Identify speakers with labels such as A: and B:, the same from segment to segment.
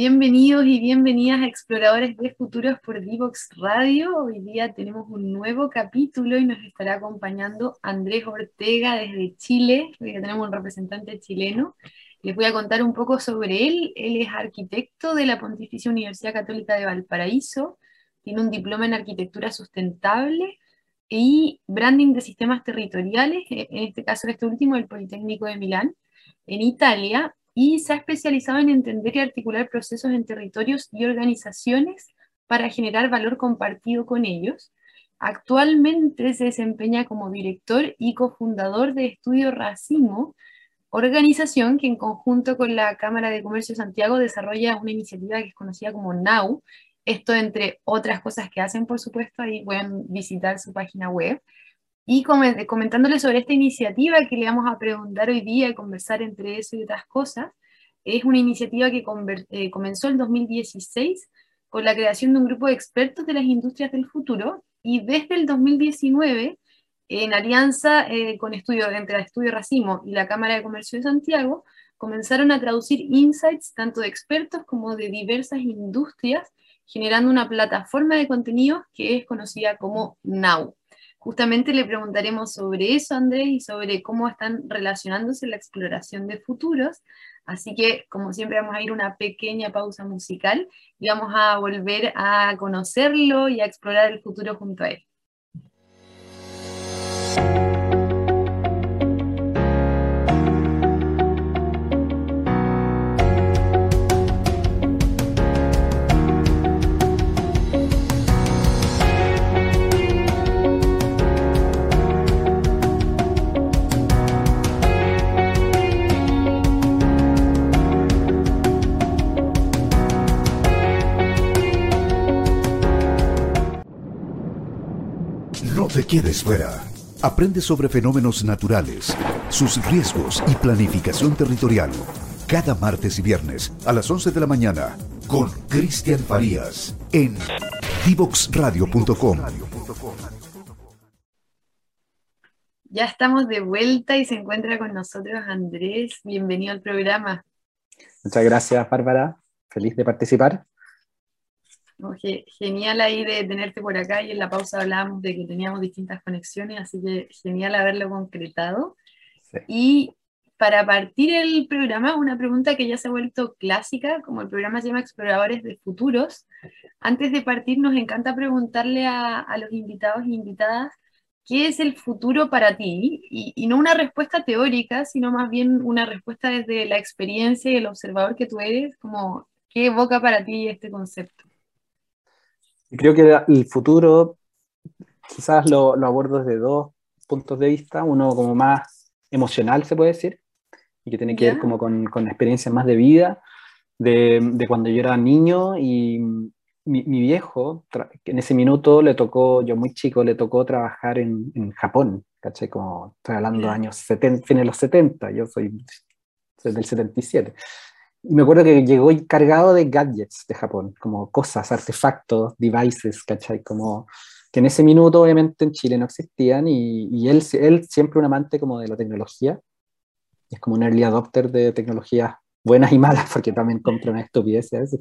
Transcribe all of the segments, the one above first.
A: Bienvenidos y bienvenidas a Exploradores de Futuros por Divox Radio. Hoy día tenemos un nuevo capítulo y nos estará acompañando Andrés Ortega desde Chile. Hoy día tenemos un representante chileno. Les voy a contar un poco sobre él. Él es arquitecto de la Pontificia Universidad Católica de Valparaíso. Tiene un diploma en arquitectura sustentable y branding de sistemas territoriales, en este caso este último, el Politécnico de Milán, en Italia, y se ha especializado en entender y articular procesos en territorios y organizaciones para generar valor compartido con ellos. Actualmente se desempeña como director y cofundador de Estudio Racimo, organización que en conjunto con la Cámara de Comercio de Santiago desarrolla una iniciativa que es conocida como NOW. Esto, entre otras cosas que hacen, por supuesto, ahí pueden visitar su página web. Y comentándoles sobre esta iniciativa que le vamos a preguntar hoy día y conversar entre eso y otras cosas. Es una iniciativa que comenzó en 2016 con la creación de un grupo de expertos de las industrias del futuro, y desde el 2019, en alianza entre Estudio Racimo y la Cámara de Comercio de Santiago, comenzaron a traducir insights tanto de expertos como de diversas industrias, generando una plataforma de contenidos que es conocida como Now. Justamente le preguntaremos sobre eso, Andrés, y sobre cómo están relacionándose la exploración de futuros. Así que, como siempre, vamos a ir a una pequeña pausa musical y vamos a volver a conocerlo y a explorar el futuro junto a él.
B: No te quedes fuera. Aprende sobre fenómenos naturales, sus riesgos y planificación territorial. Cada martes y viernes a las 11 de la mañana con Cristian Farías en divoxradio.com.
A: Ya estamos de vuelta y se encuentra con nosotros Andrés. Bienvenido al programa.
C: Muchas gracias, Bárbara. Feliz de participar.
A: Genial ahí de tenerte por acá, y en la pausa hablábamos de que teníamos distintas conexiones, así que genial haberlo concretado. Sí. Y para partir el programa, una pregunta que ya se ha vuelto clásica, como el programa se llama Exploradores de Futuros. Antes de partir, nos encanta preguntarle a los invitados e invitadas qué es el futuro para ti, y no una respuesta teórica, sino más bien una respuesta desde la experiencia y el observador que tú eres, como qué evoca para ti este concepto.
C: Creo que el futuro quizás lo abordo desde dos puntos de vista, uno como más emocional, se puede decir, y que tiene que ver como con experiencias más de vida, de cuando yo era niño, y mi viejo, en ese minuto le tocó, yo muy chico, le tocó trabajar en Japón, ¿cachai? Como estoy hablando de años 70, fines de los 70, yo soy del 77. Y me acuerdo que llegó cargado de gadgets de Japón, como cosas, artefactos, devices, ¿cachai? Como que en ese minuto obviamente en Chile no existían, y él siempre un amante como de la tecnología, es como un early adopter de tecnologías buenas y malas, porque también compra una estupidez a veces.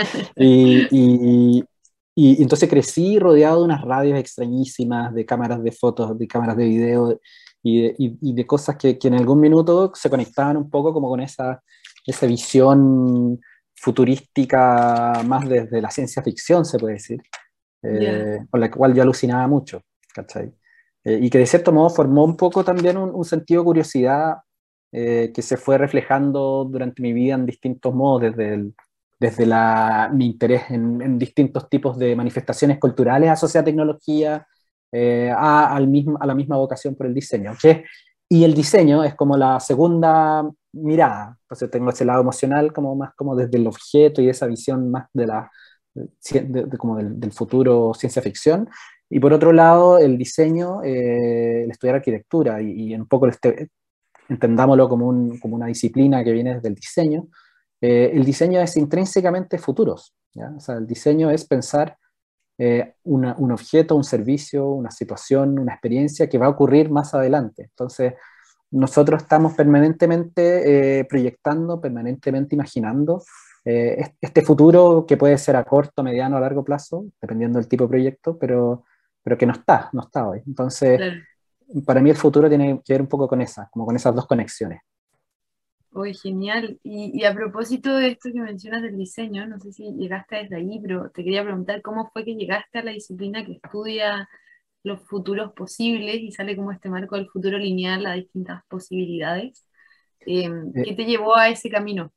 C: Y entonces crecí rodeado de unas radios extrañísimas, de cámaras de fotos, de cámaras de video, y de cosas que en algún minuto se conectaban un poco como con esa visión futurística más desde la ciencia ficción, se puede decir, con la cual yo alucinaba mucho, ¿cachai? Y que de cierto modo formó un poco también un sentido de curiosidad que se fue reflejando durante mi vida en distintos modos, desde mi interés en distintos tipos de manifestaciones culturales asociadas a tecnología, a la misma vocación por el diseño. Y el diseño es como la segunda mirada, entonces tengo ese lado emocional como más como desde el objeto y esa visión más como del futuro ciencia ficción, y por otro lado el diseño, el estudiar arquitectura, y un poco entendámoslo como una disciplina que viene desde el diseño. El diseño es intrínsecamente futuros, ¿ya? O sea, el diseño es pensar un objeto, un servicio, una situación, una experiencia que va a ocurrir más adelante. Entonces, nosotros estamos permanentemente proyectando, permanentemente imaginando este futuro que puede ser a corto, mediano, a largo plazo, dependiendo del tipo de proyecto, pero que no está hoy. Entonces,
A: Claro.
C: para mí el futuro tiene que ver un poco con como con esas dos conexiones.
A: Uy, genial. Y a propósito de esto que mencionas del diseño, no sé si llegaste desde ahí, pero te quería preguntar cómo fue que llegaste a la disciplina que estudia los futuros posibles y sale como este marco del futuro lineal a distintas posibilidades.
C: Eh,
A: ¿Qué te llevó a ese camino?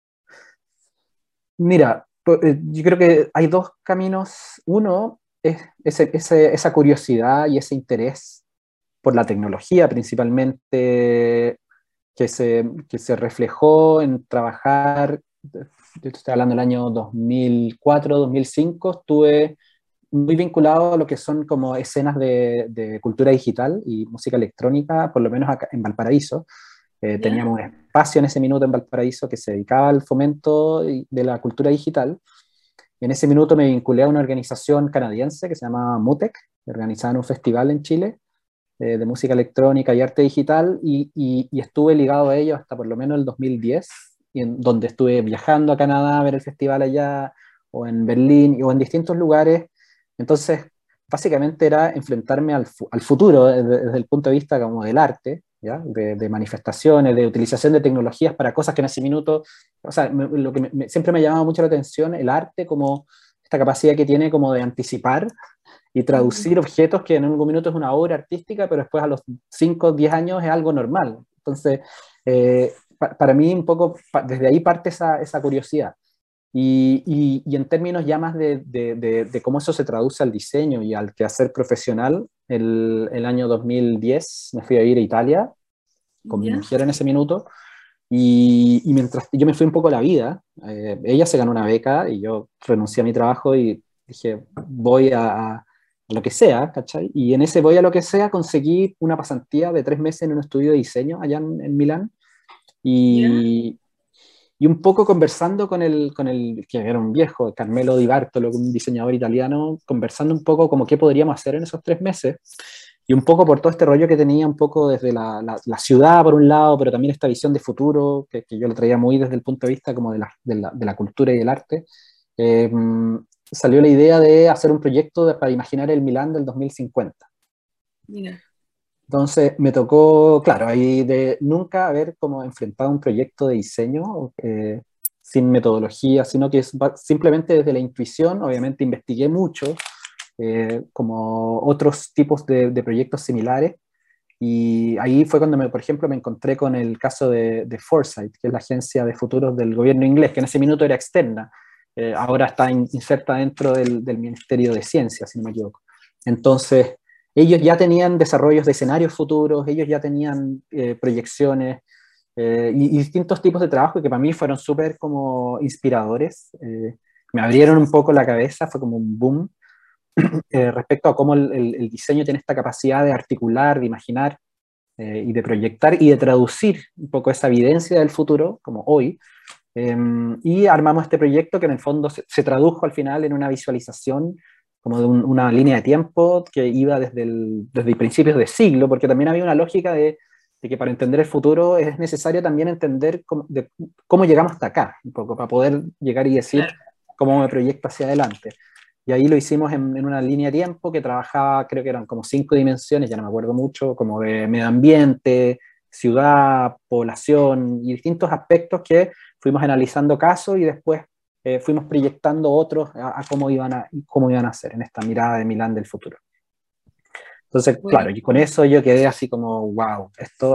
C: Mira, yo creo que hay dos caminos. Uno es esa curiosidad y ese interés por la tecnología principalmente que se reflejó en trabajar, yo estoy hablando del año 2004, 2005, estuve muy vinculado a lo que son como escenas de cultura digital y música electrónica, por lo menos acá en Valparaíso.
A: ¿Ya?
C: Teníamos un espacio en ese minuto en Valparaíso que se dedicaba al fomento de la cultura digital. En ese minuto me vinculé a una organización canadiense que se llama MUTEC, que organizaban un festival en Chile de música electrónica y arte digital, y estuve ligado a ello hasta por lo menos el 2010, donde estuve viajando a Canadá a ver el festival allá, o en Berlín, o en distintos lugares. Entonces, básicamente era enfrentarme al futuro desde el punto de vista como del arte, ¿ya? De manifestaciones, de utilización de tecnologías para cosas que en ese minuto, o sea, lo que siempre me ha llamado mucho la atención, el arte como esta capacidad que tiene como de anticipar y
A: Ujú.
C: traducir objetos que en algún minuto es una obra artística, pero después a los 5 o 10 años es algo normal. Entonces, para mí un poco desde ahí parte esa curiosidad. Y en términos ya más de cómo eso se traduce al diseño y al quehacer profesional, el año 2010 me fui a ir a Italia con mi
A: ¿Ya?
C: mujer en ese minuto, y mientras yo me fui un poco a la vida, ella se ganó una beca y yo renuncié a mi trabajo y dije, voy a lo que sea, ¿cachai? Y en ese voy a lo que sea conseguí una pasantía de 3 meses en un estudio de diseño allá en Milán,
A: ¿Ya?
C: y, y un poco conversando con el que era un viejo, Carmelo Di Bartolo, un diseñador italiano, conversando un poco como qué podríamos hacer en esos 3 meses. Y un poco por todo este rollo que tenía, un poco desde la ciudad por un lado, pero también esta visión de futuro, que yo lo traía muy desde el punto de vista como de la cultura y del arte, eh, salió la idea de hacer un proyecto para imaginar el Milán del 2050.
A: Mira.
C: Entonces me tocó, claro, ahí de nunca haber como enfrentado un proyecto de diseño sin metodología, sino que simplemente desde la intuición, obviamente investigué mucho, como otros tipos de proyectos similares. Y ahí fue cuando, por ejemplo, me encontré con el caso de Foresight, que es la agencia de futuros del gobierno inglés, que en ese minuto era externa. Ahora está inserta dentro del Ministerio de Ciencia, si no me equivoco. Entonces, ellos ya tenían desarrollos de escenarios futuros, ellos ya tenían proyecciones y distintos tipos de trabajo que para mí fueron súper como inspiradores. Me abrieron un poco la cabeza, fue como un boom respecto a cómo el diseño tiene esta capacidad de articular, de imaginar y de proyectar y de traducir un poco esa evidencia del futuro, como hoy. Y armamos este proyecto que en el fondo se tradujo al final en una visualización como de una línea de tiempo que iba desde principios de siglo, porque también había una lógica de que para entender el futuro es necesario también entender cómo llegamos hasta acá, un poco, para poder llegar y decir
A: Claro.
C: cómo me proyecto hacia adelante. Y ahí lo hicimos en una línea de tiempo que trabajaba, creo que eran como 5 dimensiones, ya no me acuerdo mucho, como de medio ambiente, ciudad, población y distintos aspectos que fuimos analizando casos y después fuimos proyectando otros a cómo iban a ser en esta mirada de Milán del futuro. Entonces, claro, y con
A: Buenísimo.
C: eso yo quedé así como, wow,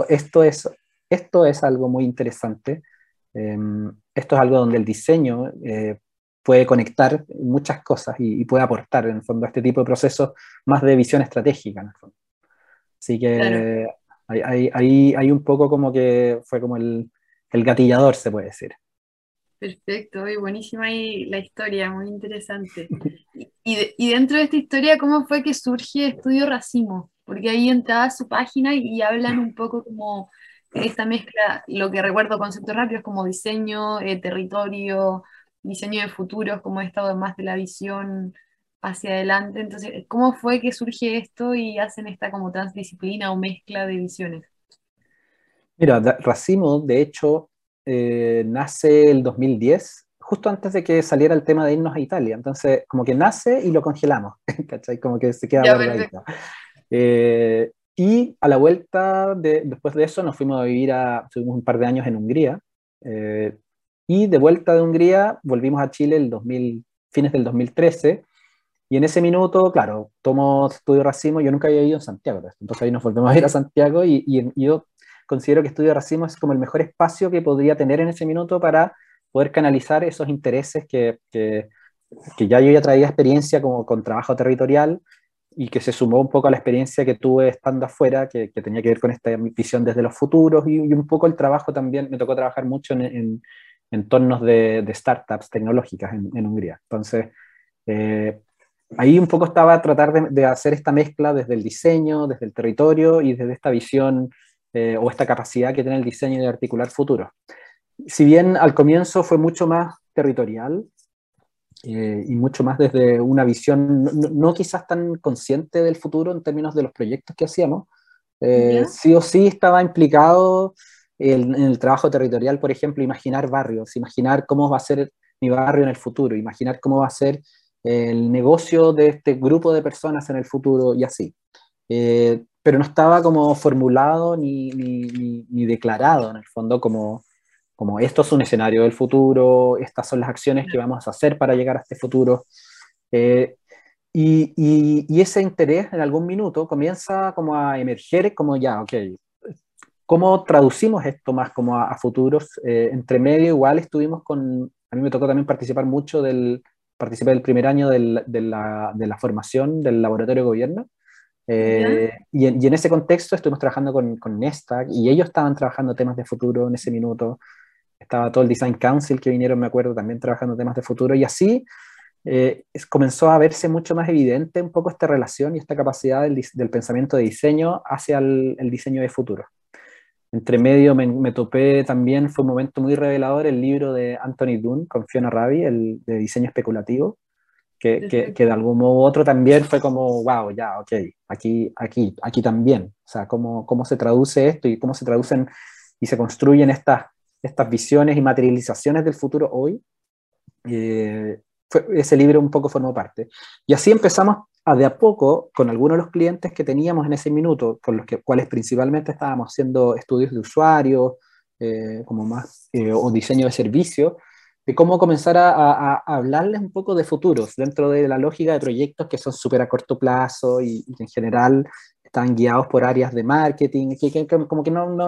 C: esto es algo muy interesante. Eh, Esto es algo donde el diseño puede conectar muchas cosas y puede aportar en el fondo a este tipo de procesos más de visión estratégica en el fondo. Así
A: Claro.
C: que hay un poco como que fue como el gatillador, se puede decir.
A: Perfecto, y buenísima ahí la historia, muy interesante. Y dentro de esta historia, ¿cómo fue que surge Estudio Racimo? Porque ahí entraba a su página y hablan un poco como esta mezcla, lo que recuerdo conceptos rápidos como diseño, territorio, diseño de futuros, como esto más de la visión hacia adelante. Entonces, ¿cómo fue que surge esto y hacen esta como transdisciplina o mezcla de visiones?
C: Mira, Racimo, de hecho, nace el 2010, justo antes de que saliera el tema de irnos a Italia. Entonces, como que nace y lo congelamos, ¿cachai? Como que se queda
A: Ya,
C: guardadito.
A: perfecto.
C: Y a la vuelta, después de eso, nos fuimos a vivir estuvimos un par de años en Hungría. eh, y de vuelta de Hungría, volvimos a Chile fines del 2013. Y en ese minuto, claro, tomo Estudio Racimo, yo nunca había ido a Santiago, pues, entonces ahí nos volvemos a ir a Santiago y yo considero que Estudio Racimo es como el mejor espacio que podría tener en ese minuto para poder canalizar esos intereses que ya yo ya traía experiencia como con trabajo territorial y que se sumó un poco a la experiencia que tuve estando afuera, que tenía que ver con esta visión desde los futuros y un poco el trabajo también, me tocó trabajar mucho en entornos de startups tecnológicas en Hungría. Entonces, eh, ahí un poco estaba a tratar de hacer esta mezcla desde el diseño, desde el territorio y desde esta visión o esta capacidad que tiene el diseño de articular futuros. Si bien al comienzo fue mucho más territorial y mucho más desde una visión no quizás tan consciente del futuro en términos de los proyectos que hacíamos,
A: ¿Ya?
C: sí o sí estaba implicado en el trabajo territorial, por ejemplo, imaginar barrios, imaginar cómo va a ser mi barrio en el futuro, imaginar cómo va a ser el negocio de este grupo de personas en el futuro y así. Pero no estaba como formulado ni declarado en el fondo como esto es un escenario del futuro, estas son las acciones que vamos a hacer para llegar a este futuro. Eh, y ese interés en algún minuto comienza como a emerger como ya, ok, ¿cómo traducimos esto más como a futuros? Entre medio igual estuvimos a mí me tocó también participar mucho participé del primer año de la formación del laboratorio de gobierno.
A: ¿Ya?
C: Y en ese contexto estuvimos trabajando con Nestac y ellos estaban trabajando temas de futuro en ese minuto. Estaba todo el Design Council que vinieron, me acuerdo, también trabajando temas de futuro. Y así comenzó a verse mucho más evidente un poco esta relación y esta capacidad del pensamiento de diseño hacia el diseño de futuro. Entre medio me topé también, fue un momento muy revelador, el libro de Anthony Dunn con Fiona Rabi, el de diseño especulativo, que de
A: Perfecto.
C: algún modo u otro también fue como, wow, ya, ok, aquí también. O sea, cómo se traduce esto y cómo se traducen y se construyen estas visiones y materializaciones del futuro hoy. Ese libro un poco formó parte. Y así empezamos de a poco, con algunos de los clientes que teníamos en ese minuto, con los cuales principalmente estábamos haciendo estudios de usuario, como más, o diseño de servicio, de cómo comenzar a hablarles un poco de futuros dentro de la lógica de proyectos que son súper a corto plazo y que en general están guiados por áreas de marketing, que como que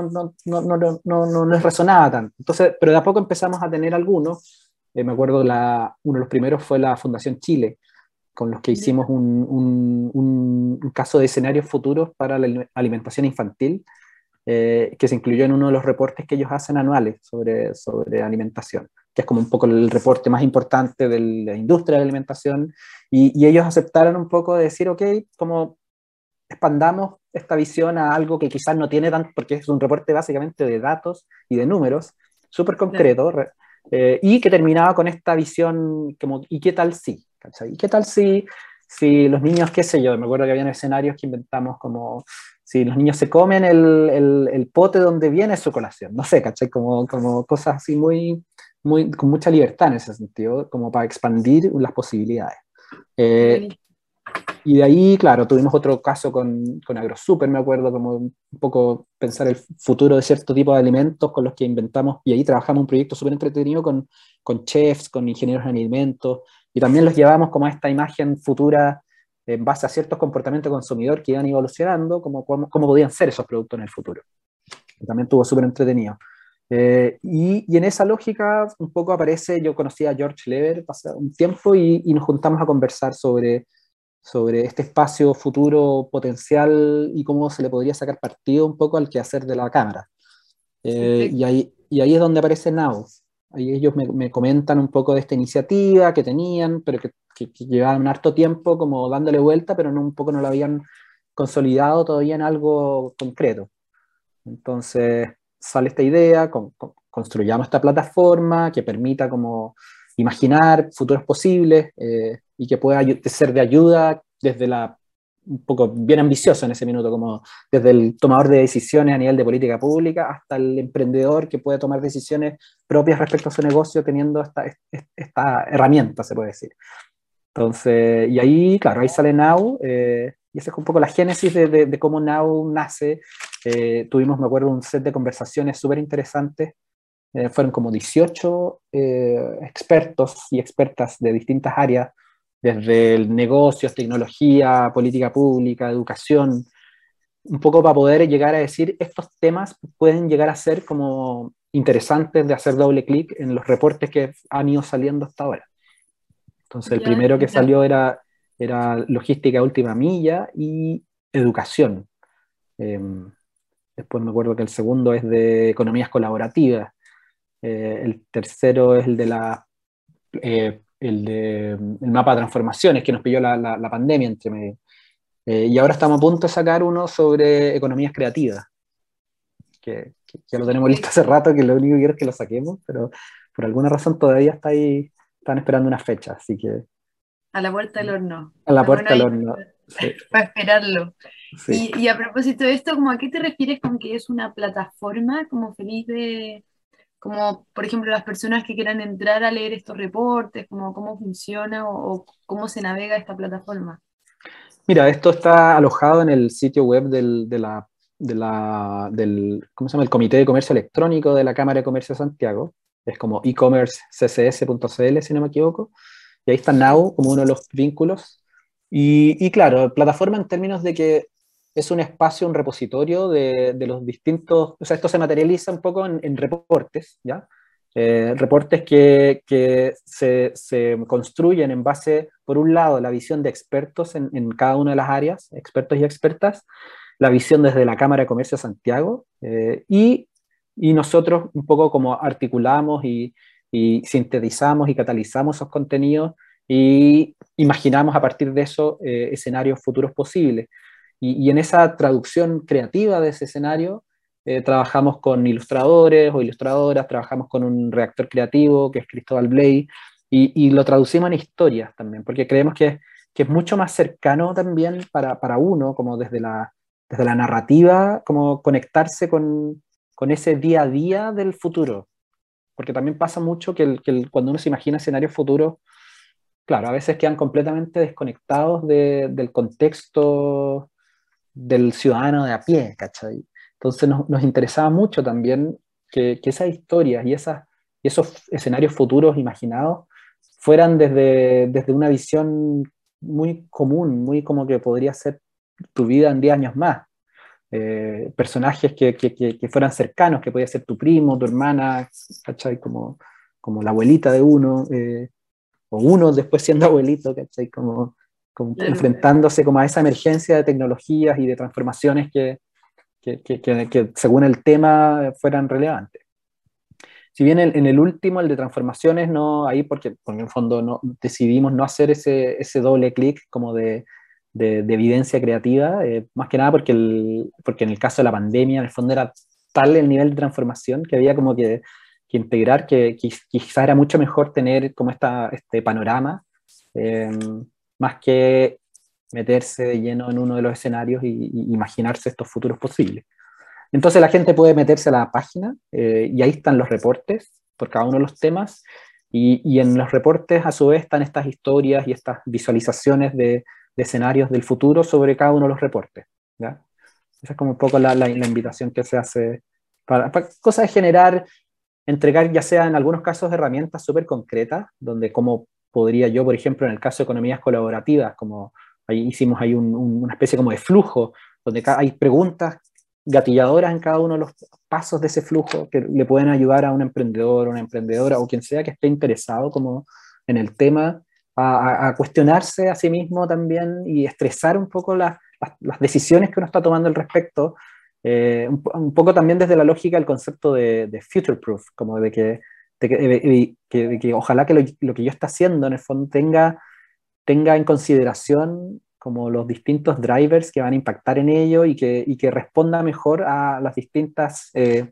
C: no les resonaba tanto. Entonces, pero de a poco empezamos a tener algunos. Me acuerdo uno de los primeros fue la Fundación Chile, con los que
A: ¿Ya?
C: hicimos un caso de escenarios futuros para la alimentación infantil, que se incluyó en uno de los reportes que ellos hacen anuales sobre alimentación, que es como un poco el reporte más importante de la industria de la alimentación, y ellos aceptaron un poco de decir, ok, como expandamos esta visión a algo que quizás no tiene tanto, porque es un reporte básicamente de datos y de números, súper
A: Claro.
C: concreto, y que terminaba con esta visión como, ¿y qué tal si? ¿Cachai? ¿Y qué tal si los niños, qué sé yo, me acuerdo que habían escenarios que inventamos como si los niños se comen el pote donde viene su colación, no sé, ¿cachai? Como cosas así con mucha libertad en ese sentido, como para expandir las posibilidades. Eh,
A: Buenísimo.
C: y de ahí, claro, tuvimos otro caso con AgroSuper, me acuerdo, como un poco pensar el futuro de cierto tipo de alimentos con los que inventamos, y ahí trabajamos un proyecto súper entretenido con chefs, con ingenieros en alimentos, y también los llevamos como a esta imagen futura en base a ciertos comportamientos de consumidor que iban evolucionando, cómo podían ser esos productos en el futuro. Y también estuvo súper entretenido. Y en esa lógica un poco aparece, yo conocí a George Lever pasado un tiempo y nos juntamos a conversar sobre este espacio futuro potencial y cómo se le podría sacar partido un poco al quehacer de la cámara. Y
A: Perfecto.
C: ahí es donde aparece Now. Ahí ellos me comentan un poco de esta iniciativa que tenían, pero que llevaban un harto tiempo como dándole vuelta, pero un poco no lo habían consolidado todavía en algo concreto. Entonces sale esta idea, construyamos esta plataforma que permita como imaginar futuros posibles y que pueda ser de ayuda desde la un poco bien ambicioso en ese minuto, como desde el tomador de decisiones a nivel de política pública hasta el emprendedor que puede tomar decisiones propias respecto a su negocio teniendo esta herramienta, se puede decir. Entonces, y ahí, claro, ahí sale Now, y esa es un poco la génesis de cómo Now nace. Tuvimos, me acuerdo, un set de conversaciones súper interesantes. Fueron como 18 expertos y expertas de distintas áreas, desde el negocios, tecnología, política pública, educación, un poco para poder llegar a decir, estos temas pueden llegar a ser como interesantes de hacer doble clic en los reportes que han ido saliendo hasta ahora. Entonces, el primero que salió era logística última milla y educación. Después me acuerdo que el segundo es de economías colaborativas. El tercero es el de el mapa de transformaciones que nos pilló la pandemia entre medio. Y ahora estamos a punto de sacar uno sobre economías creativas, que ya lo tenemos listo hace rato, que lo único que quiero es que lo saquemos, pero por alguna razón todavía está ahí, están esperando una fecha, así que...
A: A la puerta del horno.
C: A la puerta del horno,
A: sí. Para esperarlo.
C: Sí.
A: Y a propósito de esto, ¿a qué te refieres con que es una plataforma como feliz de... como por ejemplo las personas que quieran entrar a leer estos reportes, como cómo funciona o cómo se navega esta plataforma?
C: Mira, esto está alojado en el sitio web del ¿cómo se llama? El Comité de Comercio Electrónico de la Cámara de Comercio de Santiago. Es como e-commerceccs.cl, si no me equivoco. Y ahí está Now como uno de los vínculos. Y claro, plataforma en términos de que es un espacio, un repositorio de los distintos, o sea, esto se materializa un poco en reportes, ¿ya? Reportes que se construyen en base, por un lado, la visión de expertos en cada una de las áreas, expertos y expertas, la visión desde la Cámara de Comercio de Santiago, y nosotros un poco como articulamos y sintetizamos y catalizamos esos contenidos y imaginamos a partir de eso escenarios futuros posibles. Y en esa traducción creativa de ese escenario, trabajamos con ilustradores o ilustradoras, trabajamos con un redactor creativo que es Cristóbal Bley, y lo traducimos en historias también, porque creemos que es mucho más cercano también para uno, como desde la narrativa, como conectarse con ese día a día del futuro. Porque también pasa mucho que cuando uno se imagina escenarios futuros, claro, a veces quedan completamente desconectados del contexto del ciudadano de a pie, ¿cachai? Entonces nos interesaba mucho también que esas historias y esos escenarios futuros imaginados fueran desde una visión muy común, muy como que podría ser tu vida en 10 años más. Personajes que fueran cercanos, que podía ser tu primo, tu hermana, ¿cachai? Como la abuelita de uno, o uno después siendo abuelito, ¿cachai? Como claro, enfrentándose como a esa emergencia de tecnologías y de transformaciones que según el tema fueran relevantes. Si bien en el último, el de transformaciones, no, ahí porque en el fondo no, decidimos no hacer ese doble clic como de evidencia creativa, más que nada porque en el caso de la pandemia, en el fondo era tal el nivel de transformación que había como que integrar que quizás era mucho mejor tener como este panorama, más que meterse de lleno en uno de los escenarios y imaginarse estos futuros posibles. Entonces la gente puede meterse a la página y ahí están los reportes por cada uno de los temas, y en los reportes a su vez están estas historias y estas visualizaciones de escenarios del futuro sobre cada uno de los reportes, ¿ya? Esa es como un poco la invitación que se hace para cosa de generar, entregar ya sea en algunos casos herramientas súper concretas, donde como podría yo, por ejemplo, en el caso de economías colaborativas, como ahí hicimos ahí una especie como de flujo, donde hay preguntas gatilladoras en cada uno de los pasos de ese flujo que le pueden ayudar a un emprendedor, una emprendedora o quien sea que esté interesado como en el tema a cuestionarse a sí mismo también y estresar un poco las decisiones que uno está tomando al respecto, un poco también desde la lógica del concepto de future proof, como de que ojalá que lo que yo esté haciendo en el fondo tenga en consideración como los distintos drivers que van a impactar en ello y que responda mejor a las distintas,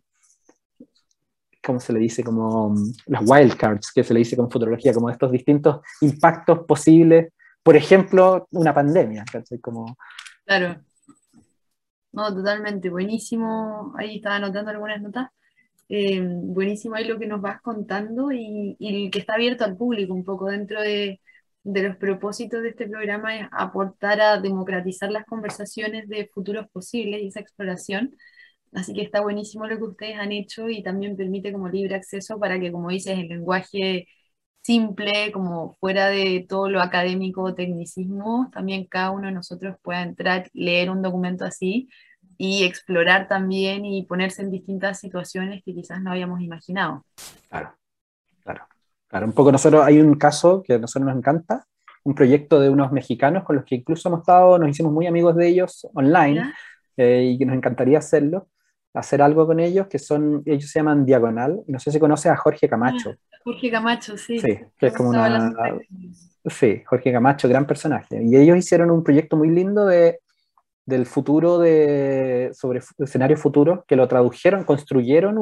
C: ¿cómo se le dice? Como las wildcards, que se le dice con futurología, como estos distintos impactos posibles, por ejemplo, una pandemia, ¿cachai? Como
A: Claro, no, totalmente, buenísimo. Ahí estaba anotando algunas notas. Buenísimo ahí lo que nos vas contando y que está abierto al público un poco dentro de los propósitos de este programa es aportar a democratizar las conversaciones de futuros posibles y esa exploración. Así que está buenísimo lo que ustedes han hecho y también permite como libre acceso para que, como dices, el lenguaje simple, como fuera de todo lo académico o tecnicismo, también cada uno de nosotros pueda entrar, leer un documento así y explorar también y ponerse en distintas situaciones que quizás no habíamos imaginado.
C: Claro, claro. Claro, un poco nosotros, hay un caso que a nosotros nos encanta, un proyecto de unos mexicanos con los que incluso hemos estado, nos hicimos muy amigos de ellos online,
A: ¿Ya?
C: y que nos encantaría hacerlo, hacer algo con ellos, ellos se llaman Diagonal, y no sé si conoces a Jorge Camacho.
A: Jorge Camacho, sí,
C: Sí, que es
A: hemos
C: como
A: estado
C: una...
A: hablando de eso.
C: Sí, Jorge Camacho, gran personaje. Y ellos hicieron un proyecto muy lindo del futuro, sobre escenarios futuros, que lo tradujeron, construyeron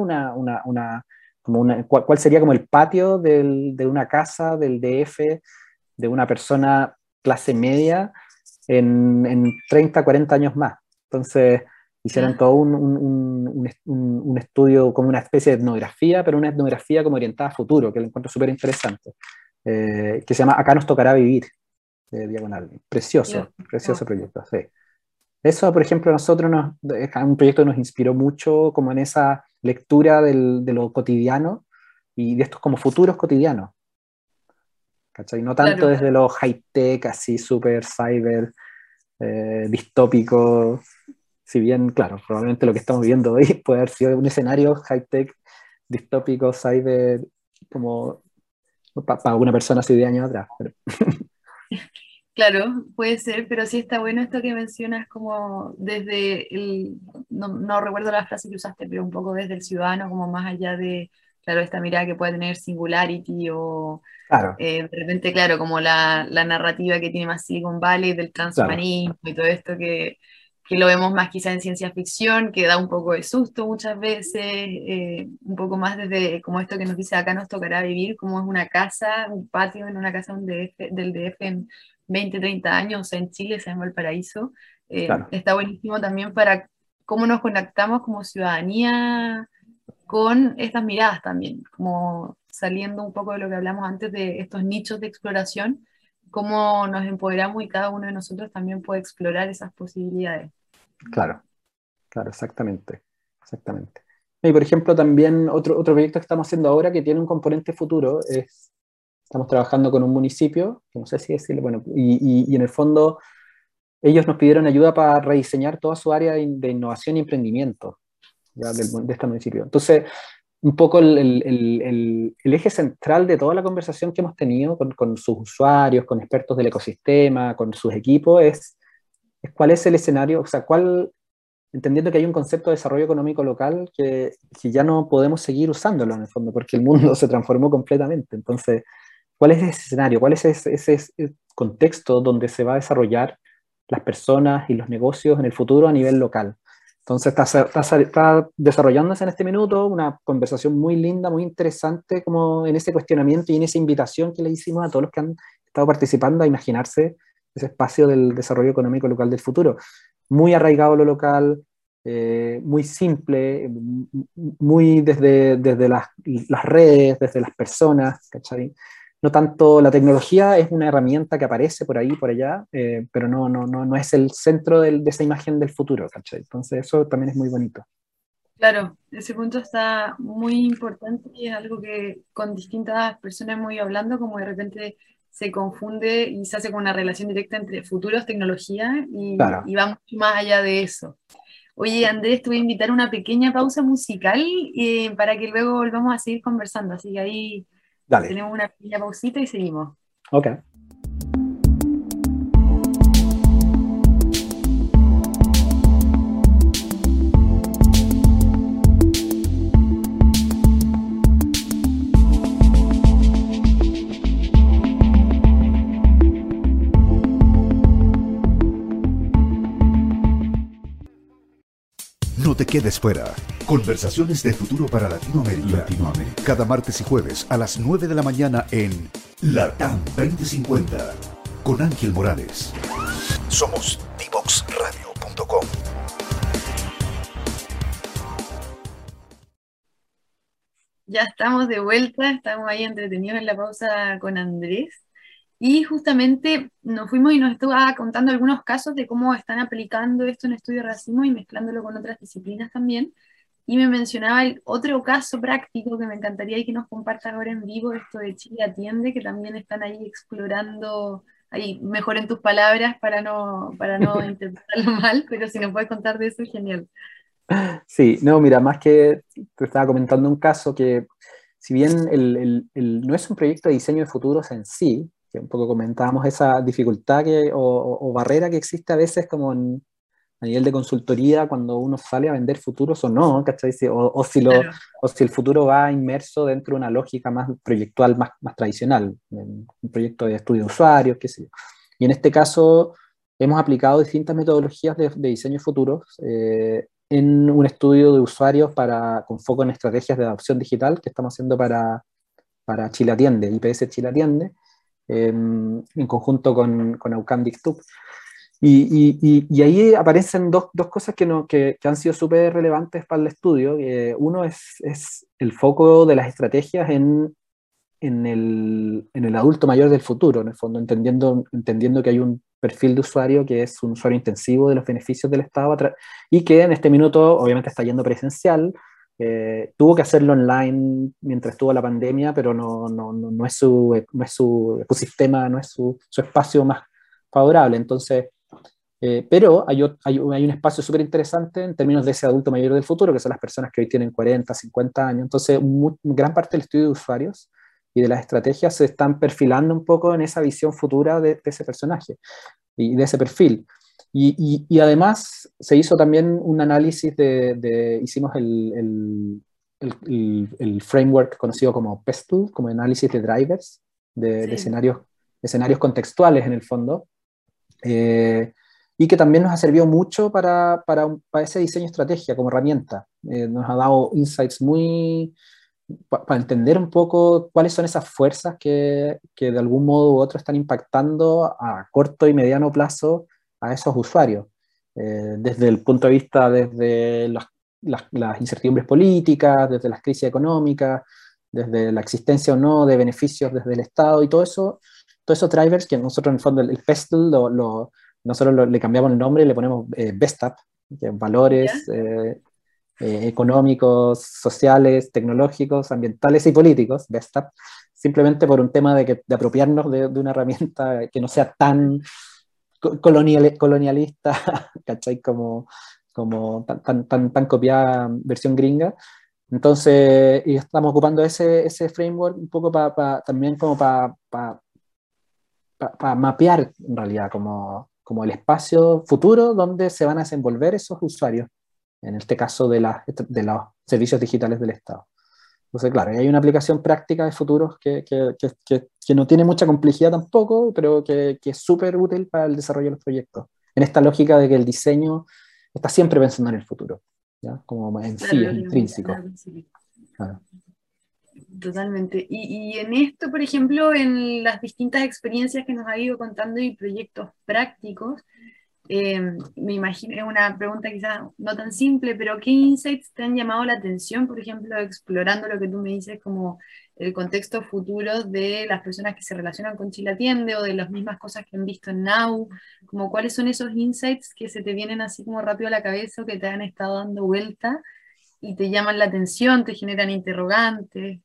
C: cuál sería como el patio de una casa del DF, de una persona clase media, en 30, 40 años más. Entonces, hicieron
A: ¿Ya?
C: todo un estudio como una especie de etnografía, pero una etnografía como orientada a futuro, que lo encuentro súper interesante, que se llama Acá nos tocará vivir, de Diagonal. Precioso, precioso proyecto, sí. Eso, por ejemplo, a nosotros es un proyecto que nos inspiró mucho como en esa lectura de lo cotidiano y de estos como futuros cotidianos, ¿cachai? No tanto
A: Claro,
C: desde lo high-tech, así súper cyber, distópico, si bien, claro, probablemente lo que estamos viendo hoy puede haber sido un escenario high-tech, distópico, cyber, como para una persona hace 10 años atrás. Pero,
A: claro, puede ser, pero sí está bueno esto que mencionas como desde no recuerdo la frase que usaste, pero un poco desde el ciudadano, como más allá de, claro, esta mirada que puede tener Singularity o
C: claro,
A: de repente, claro, como la narrativa que tiene más Silicon Valley del
C: claro,
A: transhumanismo y todo esto que lo vemos más quizá en ciencia ficción, que da un poco de susto muchas veces, un poco más desde como esto que nos dice acá nos tocará vivir, como es una casa, un patio en una casa del DF en 20, 30 años, o sea, en Chile, sea en Valparaíso.
C: claro,
A: Está buenísimo también para cómo nos conectamos como ciudadanía con estas miradas también, como saliendo un poco de lo que hablamos antes de estos nichos de exploración, cómo nos empoderamos y cada uno de nosotros también puede explorar esas posibilidades.
C: claro, claro, exactamente, exactamente. Y por ejemplo, también otro proyecto que estamos haciendo ahora que tiene un componente futuro es, estamos trabajando con un municipio, que no sé si decirle, bueno, y en el fondo ellos nos pidieron ayuda para rediseñar toda su área de innovación y emprendimiento, ya, de este municipio. Entonces, un poco el eje central de toda la conversación que hemos tenido con sus usuarios, con expertos del ecosistema, con sus equipos, es cuál es el escenario, o sea, entendiendo que hay un concepto de desarrollo económico local que ya no podemos seguir usándolo en el fondo, porque el mundo se transformó completamente. Entonces, ¿cuál es ese escenario? ¿Cuál es ese contexto donde se va a desarrollar las personas y los negocios en el futuro a nivel local? Entonces está desarrollándose en este minuto una conversación muy linda, muy interesante, como en ese cuestionamiento y en esa invitación que le hicimos a todos los que han estado participando a imaginarse ese espacio del desarrollo económico local del futuro. Muy arraigado a lo local, muy simple, muy desde las redes, desde las personas, ¿cachai? No tanto la tecnología es una herramienta que aparece por ahí, por allá, pero no es el centro de esa imagen del futuro, ¿cachai? Entonces eso también es muy bonito.
A: Claro, ese punto está muy importante y es algo que con distintas personas hemos ido hablando, como de repente se confunde y se hace con una relación directa entre futuros, tecnología
C: Claro,
A: y va mucho más allá de eso. Oye, Andrés, te voy a invitar a una pequeña pausa musical para que luego volvamos a seguir conversando. Así que ahí
C: dale,
A: tenemos una pequeña pausita y seguimos.
C: ok.
B: No te quedes fuera. Conversaciones de futuro para Latinoamérica. Cada martes y jueves a las 9 de la mañana en LATAM 2050 con Ángel Morales. Somos Divox divoxradio.com.
A: Ya estamos de vuelta, estamos ahí entretenidos en la pausa con Andrés. Y justamente nos fuimos y nos estaba contando algunos casos de cómo están aplicando esto en estudio de racimo y mezclándolo con otras disciplinas también. Y me mencionaba el otro caso práctico que me encantaría que nos compartas ahora en vivo, esto de Chile Atiende, que también están ahí explorando, ahí mejoren tus palabras para no interpretarlo mal, pero si nos puedes contar de eso, genial.
C: Sí, no, mira, más que te estaba comentando un caso que, si bien no es un proyecto de diseño de futuros en sí, que un poco comentábamos esa dificultad o barrera que existe a veces como a nivel de consultoría cuando uno sale a vender futuros o no, ¿cachai?
A: Claro.
C: O si el futuro va inmerso dentro de una lógica más proyectual, más tradicional, un proyecto de estudio de usuarios, qué sé yo. Y en este caso hemos aplicado distintas metodologías de diseño de futuros en un estudio de usuarios con foco en estrategias de adopción digital que estamos haciendo para Chile Atiende, IPS Chile Atiende, en conjunto con Aucam Dictup. Y ahí aparecen dos cosas que han sido súper relevantes para el estudio. Uno es el foco de las estrategias en el adulto mayor del futuro, en el fondo, entendiendo que hay un perfil de usuario que es un usuario intensivo de los beneficios del Estado y que en este minuto obviamente está yendo presencial. Tuvo que hacerlo online mientras estuvo la pandemia, pero no es su ecosistema, no es su espacio más favorable. Entonces, pero hay un espacio súper interesante en términos de ese adulto mayor del futuro, que son las personas que hoy tienen 40, 50 años. Entonces, gran parte del estudio de usuarios y de las estrategias se están perfilando un poco en esa visión futura de ese personaje y de ese perfil. Y además se hizo también un análisis hicimos el framework conocido como PESTL, como análisis de drivers, de escenarios contextuales en el fondo, y que también nos ha servido mucho para ese diseño de estrategia como herramienta. Nos ha dado insights para entender un poco cuáles son esas fuerzas que de algún modo u otro están impactando a corto y mediano plazo a esos usuarios. Desde el punto de vista, desde las incertidumbres políticas, desde las crisis económicas, desde la existencia o no de beneficios desde el Estado y todos esos drivers que nosotros en el fondo, el PESTL, nosotros le cambiamos el nombre y le ponemos BESTAP, valores económicos, sociales, tecnológicos, ambientales y políticos, BESTAP, simplemente por un tema de apropiarnos de una herramienta que no sea tan colonialista, ¿cachai? Como tan copiada versión gringa. Entonces, y estamos ocupando ese framework un poco también como para mapear en realidad como el espacio futuro donde se van a desenvolver esos usuarios, en este caso de los servicios digitales del Estado. Entonces, claro, hay una aplicación práctica de futuros que no tiene mucha complejidad tampoco, pero que es súper útil para el desarrollo de los proyectos, en esta lógica de que el diseño está siempre pensando en el futuro, ¿ya? Como en sí, es intrínseco. Claro.
A: Totalmente. Y en esto, por ejemplo, en las distintas experiencias que nos ha ido contando y proyectos prácticos, me imagino, es una pregunta quizás no tan simple, pero ¿qué insights te han llamado la atención, por ejemplo, explorando lo que tú me dices como el contexto futuro de las personas que se relacionan con Chile Atiende o de las mismas cosas que han visto en Now? Como cuáles son esos insights que se te vienen así como rápido a la cabeza o que te han estado dando vuelta y te llaman la atención, te generan interrogantes?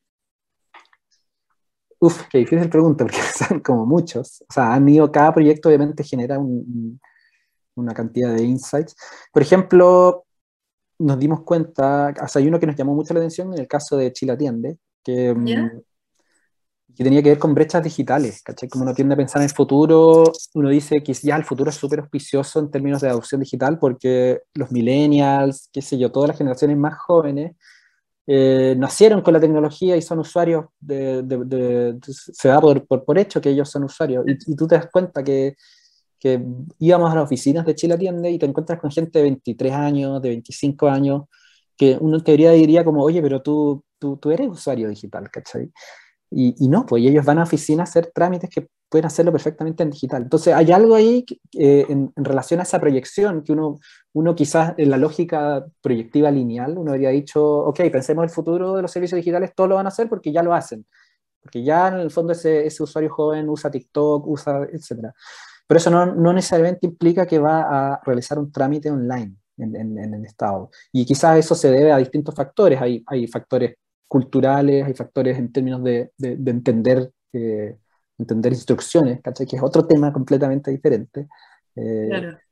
C: Uf, qué difícil pregunta, porque son como muchos. O sea, cada proyecto obviamente genera una cantidad de insights. Por ejemplo, nos dimos cuenta, o sea, hay uno que nos llamó mucho la atención en el caso de Chile Atiende, que tenía que ver con brechas digitales, ¿cachai? Como uno tiende a pensar en el futuro, uno dice que ya el futuro es súper auspicioso en términos de adopción digital porque los millennials, qué sé yo, todas las generaciones más jóvenes, nacieron con la tecnología y son usuarios se da por hecho que ellos son usuarios. Y tú te das cuenta que íbamos a las oficinas de Chile Atiende y te encuentras con gente de 23 años, de 25 años, que uno en teoría diría como, oye, pero tú eres usuario digital, ¿cachai? Y no, pues ellos van a oficinas a hacer trámites que pueden hacerlo perfectamente en digital. Entonces hay algo ahí en relación a esa proyección que uno quizás en la lógica proyectiva lineal, uno habría dicho, ok, pensemos el futuro de los servicios digitales, todos lo van a hacer porque ya lo hacen, porque ya en el fondo ese usuario joven usa TikTok, etcétera. Pero eso no necesariamente implica que va a realizar un trámite online en el Estado. Y quizás eso se debe a distintos factores. Hay factores culturales, hay factores en términos de entender instrucciones, ¿cachai? Que es otro tema completamente diferente, eh,
A: Claro.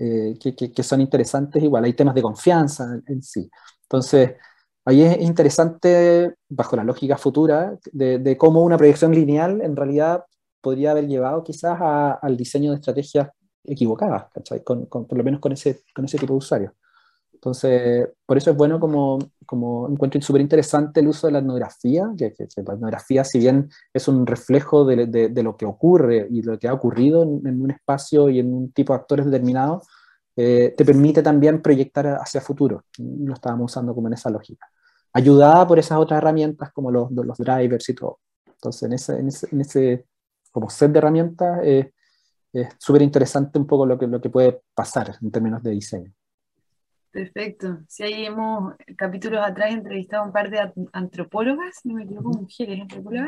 C: que son interesantes igual. Hay temas de confianza en sí. Entonces, ahí es interesante, bajo la lógica futura, de cómo una proyección lineal en realidad podría haber llevado quizás al diseño de estrategias equivocadas, ¿cachai? Por lo menos con ese tipo de usuarios. Entonces, por eso es bueno como encuentro súper interesante el uso de la etnografía, que la etnografía, si bien es un reflejo de lo que ocurre y lo que ha ocurrido en un espacio y en un tipo de actores determinados, te permite también proyectar hacia futuro. Lo estábamos usando como en esa lógica. Ayudada por esas otras herramientas como los drivers y todo. Entonces, en ese como set de herramientas, es súper interesante un poco lo que puede pasar en términos de diseño.
A: Perfecto. Sí, ahí hemos, capítulos atrás, entrevistado a un par de antropólogas, no me equivoco, mujeres antropólogas,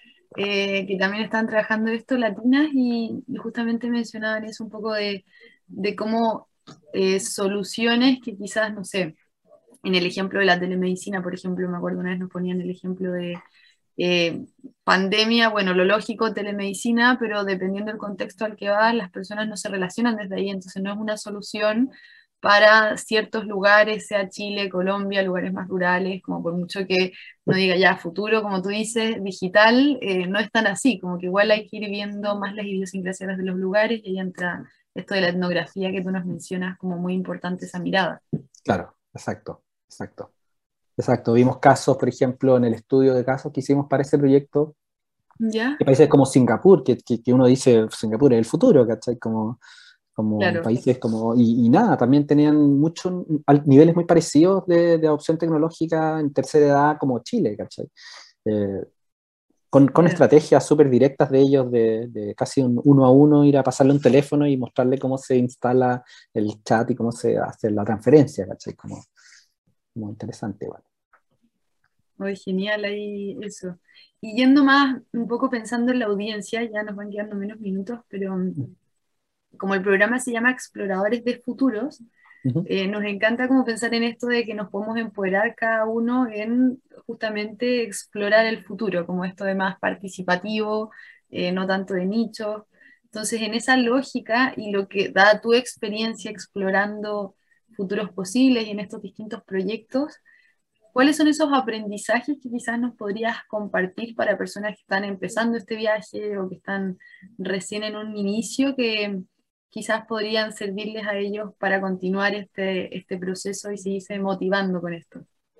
A: que también están trabajando esto, latinas, y justamente mencionaban eso un poco de cómo soluciones que quizás, no sé, en el ejemplo de la telemedicina, por ejemplo, me acuerdo una vez nos ponían el ejemplo de eh, pandemia, bueno, lo lógico, telemedicina, pero dependiendo del contexto al que vas, las personas no se relacionan desde ahí, entonces no es una solución para ciertos lugares, sea Chile, Colombia, lugares más rurales, como por mucho que uno diga ya futuro, como tú dices, digital, no es tan así, como que igual hay que ir viendo más las idiosincrasias de los lugares y ahí entra esto de la etnografía que tú nos mencionas como muy importante esa mirada.
C: Claro, exacto, exacto. Exacto, vimos casos, por ejemplo, en el estudio de casos que hicimos para ese proyecto,
A: ¿Ya?
C: de países como Singapur, que uno dice Singapur es el futuro, ¿cachai? Como
A: Claro.
C: países como, y nada, también tenían muchos niveles muy parecidos de adopción tecnológica en tercera edad como Chile, ¿cachai? Eh, con
A: Claro.
C: estrategias súper directas de ellos, de casi un uno a uno, ir a pasarle un teléfono y mostrarle cómo se instala el chat y cómo se hace la transferencia, ¿cachai? Como interesante, igual.
A: Muy genial ahí eso. Y yendo más, un poco pensando en la audiencia, ya nos van quedando menos minutos, pero como el programa se llama Exploradores de Futuros,
C: Ujú.
A: nos encanta como pensar en esto de que nos podemos empoderar cada uno en justamente explorar el futuro, como esto de más participativo, no tanto de nichos. Entonces, en esa lógica y lo que da tu experiencia explorando futuros posibles y en estos distintos proyectos, ¿cuáles son esos aprendizajes que quizás nos podrías compartir para personas que están empezando este viaje o que están recién en un inicio que quizás podrían servirles a ellos para continuar este proceso y seguirse motivando con esto?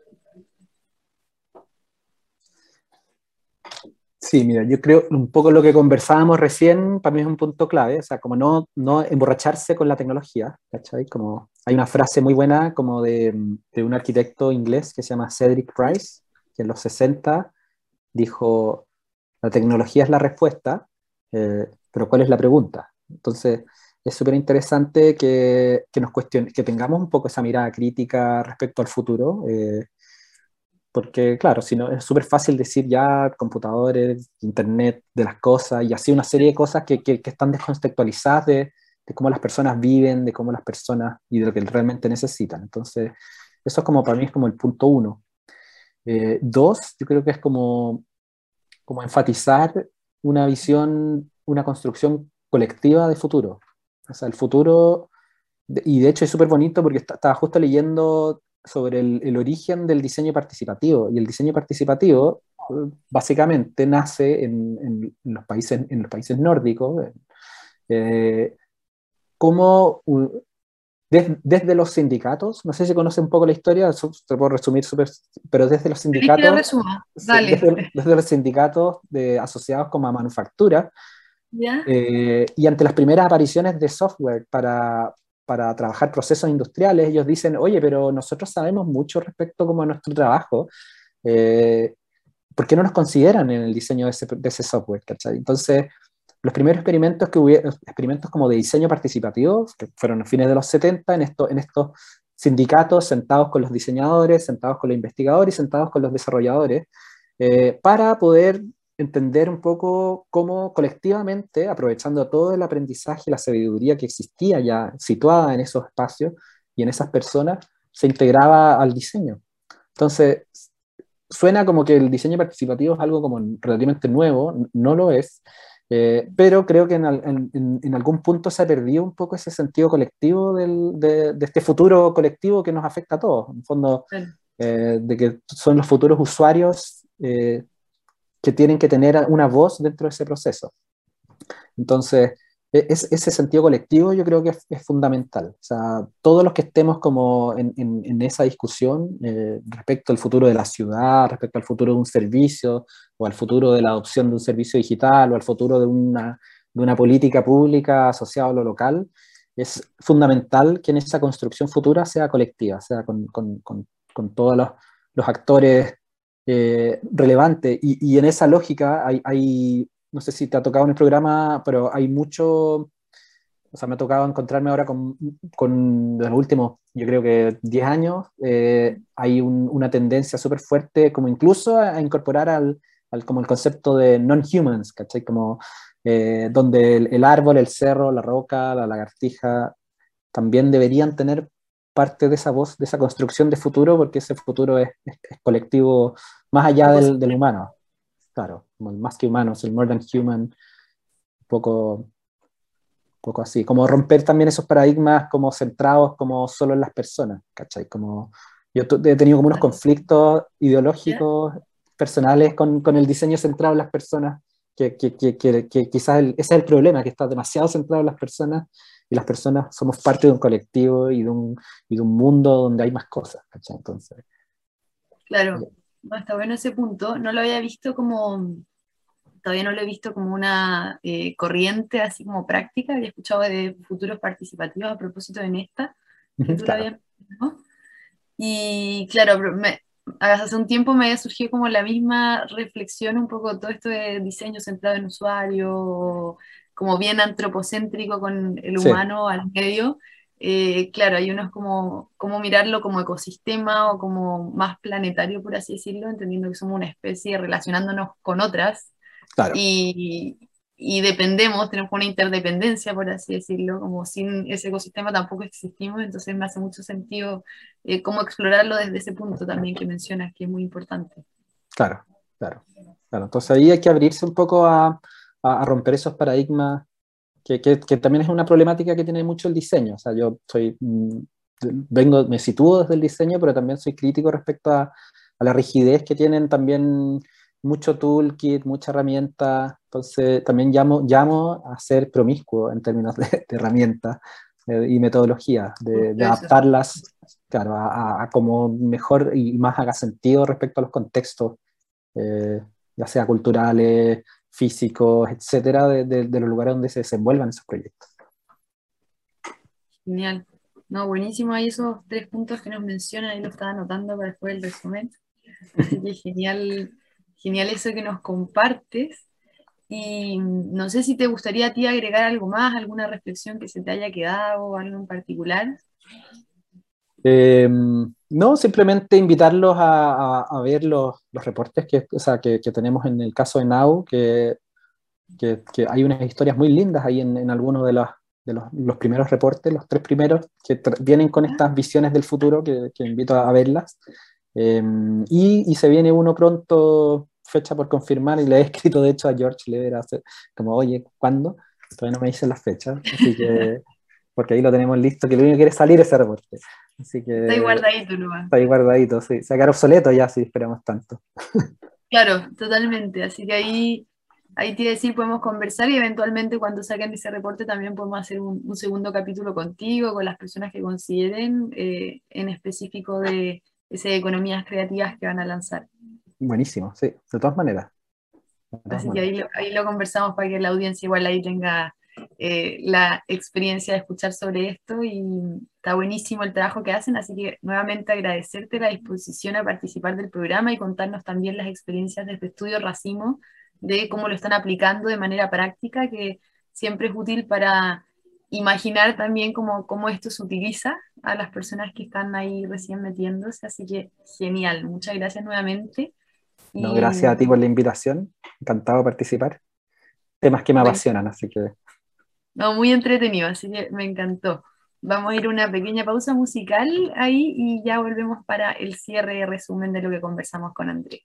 C: Sí, mira, yo creo un poco lo que conversábamos recién, para mí es un punto clave, o sea, como no emborracharse con la tecnología, ¿cachai? Como hay una frase muy buena como de un arquitecto inglés que se llama Cedric Price, que en los 60 dijo, la tecnología es la respuesta, pero ¿cuál es la pregunta? Entonces, es súper interesante que nos que tengamos un poco esa mirada crítica respecto al futuro, porque, claro, si no, es súper fácil decir ya computadores, internet de las cosas y así una serie de cosas que están descontextualizadas de cómo las personas viven, de cómo las personas y de lo que realmente necesitan. Entonces, eso es como para mí es como el punto uno. Dos, yo creo que es como enfatizar una visión, una construcción colectiva de futuro. O sea, el futuro, y de hecho es súper bonito porque estaba justo leyendo sobre el origen del diseño participativo, y el diseño participativo básicamente nace en los países nórdicos, eh, como desde los sindicatos, no sé si conoce un poco la historia, te puedo resumir súper, pero desde los
A: ¿Feliz que lo
C: sindicatos,
A: resuma?
C: sí,
A: Dale.
C: desde los sindicatos asociados como a manufactura,
A: ¿Ya?
C: y ante las primeras apariciones de software para trabajar procesos industriales, ellos dicen, oye, pero nosotros sabemos mucho respecto como a nuestro trabajo, eh, ¿por qué no nos consideran en el diseño de ese software? ¿Cachai? Entonces, los primeros experimentos como de diseño participativo, que fueron a fines de los 70, en estos sindicatos sentados con los diseñadores, sentados con los investigadores y sentados con los desarrolladores, para poder entender un poco cómo colectivamente, aprovechando todo el aprendizaje y la sabiduría que existía ya situada en esos espacios y en esas personas, se integraba al diseño. Entonces, suena como que el diseño participativo es algo como relativamente nuevo, no lo es, pero creo que en algún punto se ha perdido un poco ese sentido colectivo de este futuro colectivo que nos afecta a todos, en el fondo, de que son los futuros usuarios que tienen que tener una voz dentro de ese proceso. Entonces, ese sentido colectivo yo creo que es fundamental. O sea, todos los que estemos como en esa discusión respecto al futuro de la ciudad, respecto al futuro de un servicio, o al futuro de la adopción de un servicio digital, o al futuro de una política pública asociada a lo local, es fundamental que en esa construcción futura sea colectiva, sea con todos los actores relevantes. Y en esa lógica no sé si te ha tocado en el programa, pero hay mucho, o sea, me ha tocado encontrarme ahora con los últimos, yo creo que 10 años, hay una tendencia súper fuerte, como incluso a incorporar como el concepto de non-humans, ¿cachai? Como donde el árbol, el cerro, la roca, la lagartija, también deberían tener parte de esa voz, de esa construcción de futuro, porque ese futuro es colectivo más allá del humano. Claro, como el más que humano, es el more than human, un poco así, como romper también esos paradigmas como centrados como solo en las personas, ¿cachai? Como, he tenido como unos conflictos ideológicos, personales con el diseño centrado en las personas, que quizás ese es el problema, que está demasiado centrado en las personas, y las personas somos parte de un colectivo y de un mundo donde hay más cosas, ¿cachai? Entonces...
A: Claro, no, está bueno ese punto. No lo había visto como, todavía no lo he visto como una corriente así como práctica. Había escuchado de futuros participativos a propósito en esta, que tú lo
C: Claro.
A: habías mencionado. Y claro, hace un tiempo me había surgido como la misma reflexión, un poco todo esto de diseño centrado en usuario, como bien antropocéntrico con el
C: Sí,
A: humano al medio. Claro, hay unos como cómo mirarlo como ecosistema o como más planetario, por así decirlo, entendiendo que somos una especie relacionándonos con otras
C: claro.
A: y, y dependemos, tenemos una interdependencia, por así decirlo, como sin ese ecosistema tampoco existimos, entonces me hace mucho sentido cómo explorarlo desde ese punto también que mencionas, que es muy importante.
C: Claro, claro, claro. Entonces ahí hay que abrirse un poco a romper esos paradigmas, que también es una problemática que tiene mucho el diseño. O sea, yo me sitúo desde el diseño, pero también soy crítico respecto a la rigidez que tienen también mucho toolkit, mucha herramienta. Entonces también llamo a ser promiscuo en términos de herramientas y metodologías, de adaptarlas, claro, a como mejor y más haga sentido respecto a los contextos, ya sea culturales, físicos, etcétera, de los lugares donde se desenvuelvan esos proyectos.
A: Genial. No, buenísimo, ahí esos 3 puntos que nos mencionan, ahí lo estaba anotando para después el resumen. Así que genial, genial eso que nos compartes. Y no sé si te gustaría a ti agregar algo más, alguna reflexión que se te haya quedado, algo en particular.
C: No, simplemente invitarlos a ver los reportes o sea, que tenemos en el caso de Now, que hay unas historias muy lindas ahí en algunos de los primeros reportes, los 3 primeros, que vienen con estas visiones del futuro que invito a verlas. Y se viene uno pronto, fecha por confirmar, y le he escrito de hecho a George Lever como, oye, ¿cuándo? Todavía no me dicen las fechas, así que, porque ahí lo tenemos listo, que lo único que quiere es salir ese reporte. Así
A: Está ahí
C: que
A: guardadito nomás.
C: está ahí guardadito, sí. Se va a quedar obsoleto ya si esperamos tanto.
A: Claro, totalmente. Así que ahí te iba a decir, podemos conversar y eventualmente cuando saquen ese reporte también podemos hacer un segundo capítulo contigo, con las personas que consideren, en específico de esas economías creativas que van a lanzar.
C: Buenísimo, sí, de todas maneras. De todas
A: Así que
C: maneras.
A: ahí lo conversamos para que la audiencia igual ahí tenga la experiencia de escuchar sobre esto y está buenísimo el trabajo que hacen, así que nuevamente agradecerte la disposición a participar del programa y contarnos también las experiencias de este estudio Racimo, de cómo lo están aplicando de manera práctica, que siempre es útil para imaginar también cómo esto se utiliza a las personas que están ahí recién metiéndose, así que genial, muchas gracias nuevamente.
C: No,
A: Y
C: gracias a ti por la invitación, encantado de participar. Temas que me
A: me
C: apasionan, así que
A: No, muy entretenido, así que me encantó. Vamos a ir a una pequeña pausa musical ahí y ya volvemos para el cierre y resumen de lo que conversamos con Andrés.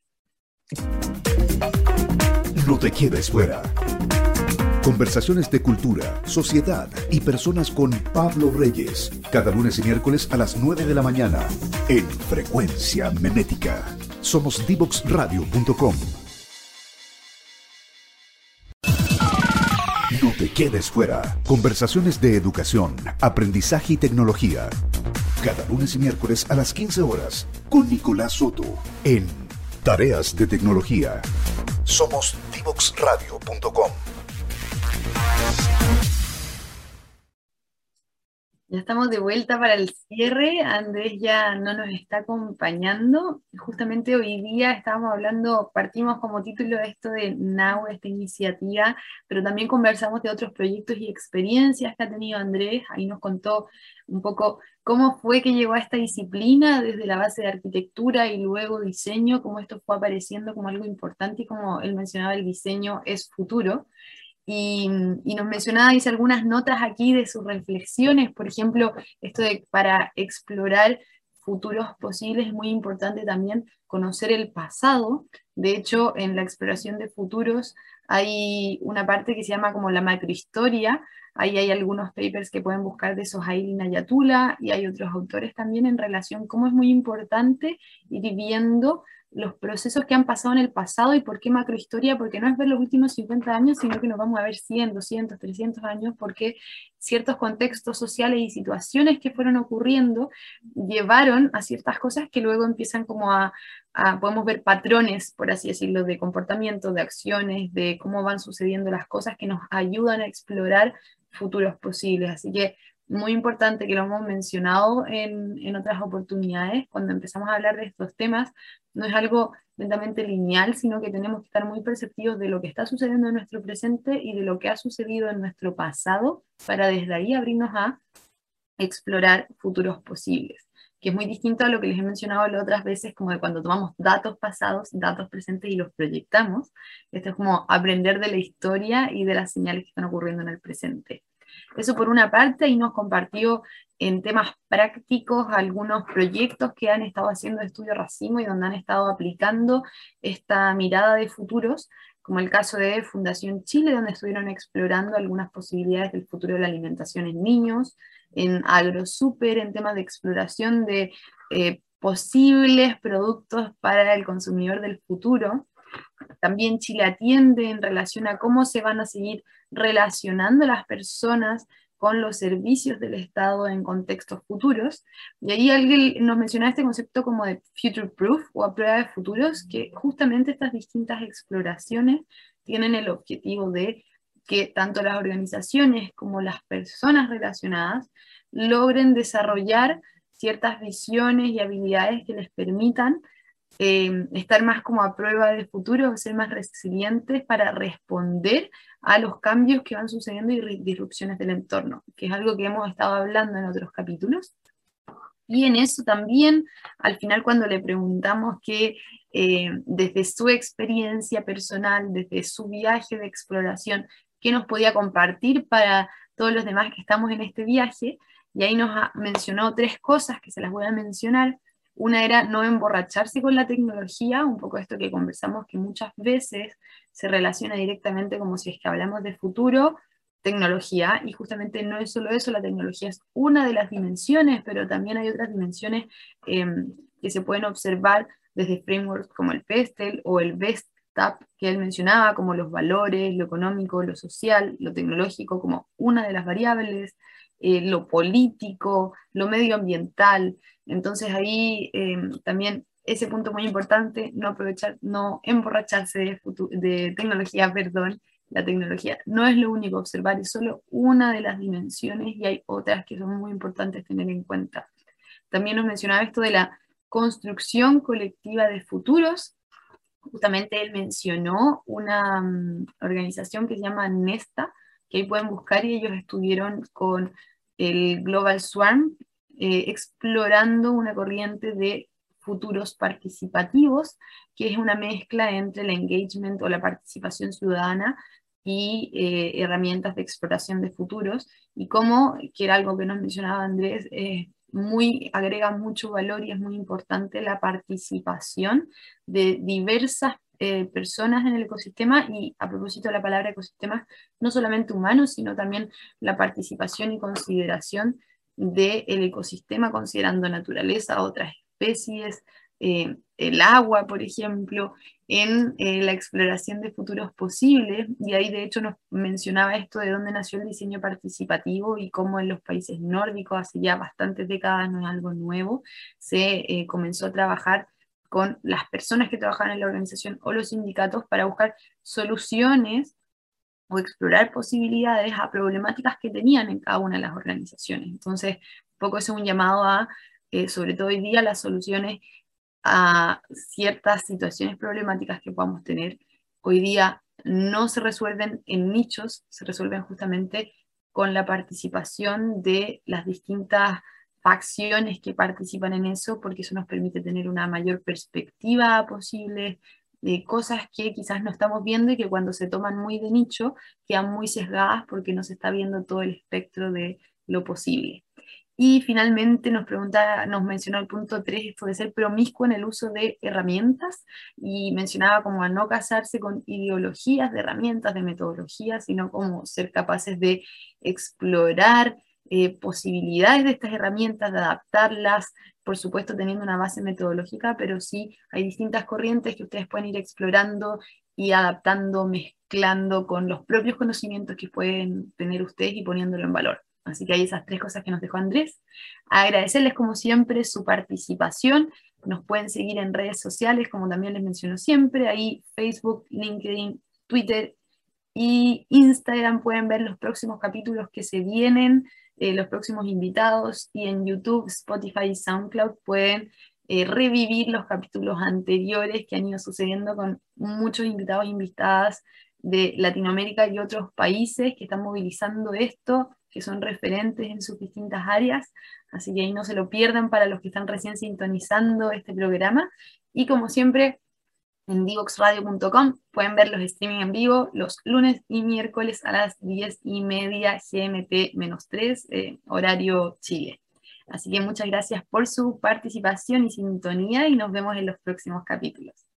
B: No te quedes fuera. Conversaciones de cultura, sociedad y personas con Pablo Reyes. Cada lunes y miércoles a las 9 de la mañana en Frecuencia Memética. Somos divoxradio.com. No te quedes fuera. Conversaciones de educación, aprendizaje y tecnología. Cada lunes y miércoles a las 15 horas con Nicolás Soto en Tareas de Tecnología. Somos divoxradio.com.
A: Ya estamos de vuelta para el cierre. Andrés ya no nos está acompañando. Justamente hoy día estábamos hablando, partimos como título de esto de Now, esta iniciativa, pero también conversamos de otros proyectos y experiencias que ha tenido Andrés. Ahí nos contó un poco cómo fue que llegó a esta disciplina desde la base de arquitectura y luego diseño, cómo esto fue apareciendo como algo importante y como él mencionaba, el diseño es futuro. Y nos mencionaba, hice algunas notas aquí de sus reflexiones, por ejemplo, esto de para explorar futuros posibles es muy importante también conocer el pasado. De hecho, en la exploración de futuros hay una parte que se llama como la macrohistoria. Ahí hay algunos papers que pueden buscar de Sohail Ayatullah y hay otros autores también en relación cómo es muy importante ir viendo los procesos que han pasado en el pasado. ¿Y por qué macrohistoria? Porque no es ver los últimos 50 años, sino que nos vamos a ver 100, 200, 300 años, porque ciertos contextos sociales y situaciones que fueron ocurriendo llevaron a ciertas cosas que luego empiezan como podemos ver patrones, por así decirlo, de comportamiento, de acciones, de cómo van sucediendo las cosas que nos ayudan a explorar futuros posibles. Así que muy importante, que lo hemos mencionado en otras oportunidades, cuando empezamos a hablar de estos temas, no es algo lentamente lineal, sino que tenemos que estar muy perceptivos de lo que está sucediendo en nuestro presente y de lo que ha sucedido en nuestro pasado, para desde ahí abrirnos a explorar futuros posibles, que es muy distinto a lo que les he mencionado las otras veces, como de cuando tomamos datos pasados, datos presentes y los proyectamos. Esto es como aprender de la historia y de las señales que están ocurriendo en el presente. Eso por una parte, y nos compartió en temas prácticos algunos proyectos que han estado haciendo de estudio racimo y donde han estado aplicando esta mirada de futuros, como el caso de Fundación Chile, donde estuvieron explorando algunas posibilidades del futuro de la alimentación en niños, en AgroSuper, en temas de exploración de posibles productos para el consumidor del futuro. También Chile Atiende en relación a cómo se van a seguir relacionando las personas con los servicios del Estado en contextos futuros. Y ahí alguien nos mencionaba este concepto como de future proof o a prueba de futuros, que justamente estas distintas exploraciones tienen el objetivo de que tanto las organizaciones como las personas relacionadas logren desarrollar ciertas visiones y habilidades que les permitan estar más como a prueba del futuro, ser más resilientes para responder a los cambios que van sucediendo y disrupciones del entorno, que es algo que hemos estado hablando en otros capítulos. Y en eso también, al final cuando le preguntamos que desde su experiencia personal, desde su viaje de exploración, qué nos podía compartir para todos los demás que estamos en este viaje, y ahí nos ha mencionado tres cosas que se las voy a mencionar. Una era no emborracharse con la tecnología, un poco esto que conversamos, que muchas veces se relaciona directamente como si es que hablamos de futuro, tecnología, y justamente no es solo eso, la tecnología es una de las dimensiones, pero también hay otras dimensiones que se pueden observar desde frameworks como el PESTEL o el BESTAP que él mencionaba, como los valores, lo económico, lo social, lo tecnológico como una de las variables, lo político, lo medioambiental. Entonces ahí también ese punto muy importante, no emborracharse de tecnología, perdón. La tecnología no es lo único a observar, es solo una de las dimensiones y hay otras que son muy importantes tener en cuenta. También nos mencionaba esto de la construcción colectiva de futuros, justamente él mencionó una organización que se llama Nesta, que ahí pueden buscar, y ellos estuvieron con el Global Swarm explorando una corriente de futuros participativos, que es una mezcla entre el engagement o la participación ciudadana y herramientas de exploración de futuros, y como, que era algo que nos mencionaba Andrés, agrega mucho valor y es muy importante la participación de diversas personas en el ecosistema, y a propósito de la palabra ecosistema, no solamente humanos, sino también la participación y consideración del ecosistema, considerando naturaleza, otras especies, el agua, por ejemplo, en la exploración de futuros posibles, y ahí de hecho nos mencionaba esto de dónde nació el diseño participativo y cómo en los países nórdicos hace ya bastantes décadas, no es algo nuevo, se comenzó a trabajar con las personas que trabajaban en la organización o los sindicatos para buscar soluciones o explorar posibilidades a problemáticas que tenían en cada una de las organizaciones. Entonces, un poco eso es un llamado a, sobre todo hoy día, las soluciones a ciertas situaciones problemáticas que podamos tener. Hoy día no se resuelven en nichos, se resuelven justamente con la participación de las distintas facciones que participan en eso, porque eso nos permite tener una mayor perspectiva posible de cosas que quizás no estamos viendo y que cuando se toman muy de nicho quedan muy sesgadas porque no se está viendo todo el espectro de lo posible. Y finalmente nos mencionó el punto 3, esto de ser promiscuo en el uso de herramientas, y mencionaba como a no casarse con ideologías de herramientas, de metodologías, sino como ser capaces de explorar posibilidades de estas herramientas, de adaptarlas, por supuesto teniendo una base metodológica, pero sí hay distintas corrientes que ustedes pueden ir explorando y adaptando, mezclando con los propios conocimientos que pueden tener ustedes y poniéndolo en valor. Así que hay esas 3 cosas que nos dejó Andrés. Agradecerles como siempre su participación. Nos pueden seguir en redes sociales, como también les menciono siempre, ahí Facebook, LinkedIn, Twitter y Instagram. Pueden ver los próximos capítulos que se vienen, los próximos invitados, y en YouTube, Spotify y SoundCloud pueden revivir los capítulos anteriores que han ido sucediendo con muchos invitados e invitadas de Latinoamérica y otros países que están movilizando esto, que son referentes en sus distintas áreas, así que ahí no se lo pierdan para los que están recién sintonizando este programa. Y como siempre, en divoxradio.com pueden ver los streaming en vivo los lunes y miércoles a las 10:30 GMT-3, horario Chile. Así que muchas gracias por su participación y sintonía, y nos vemos en los próximos capítulos.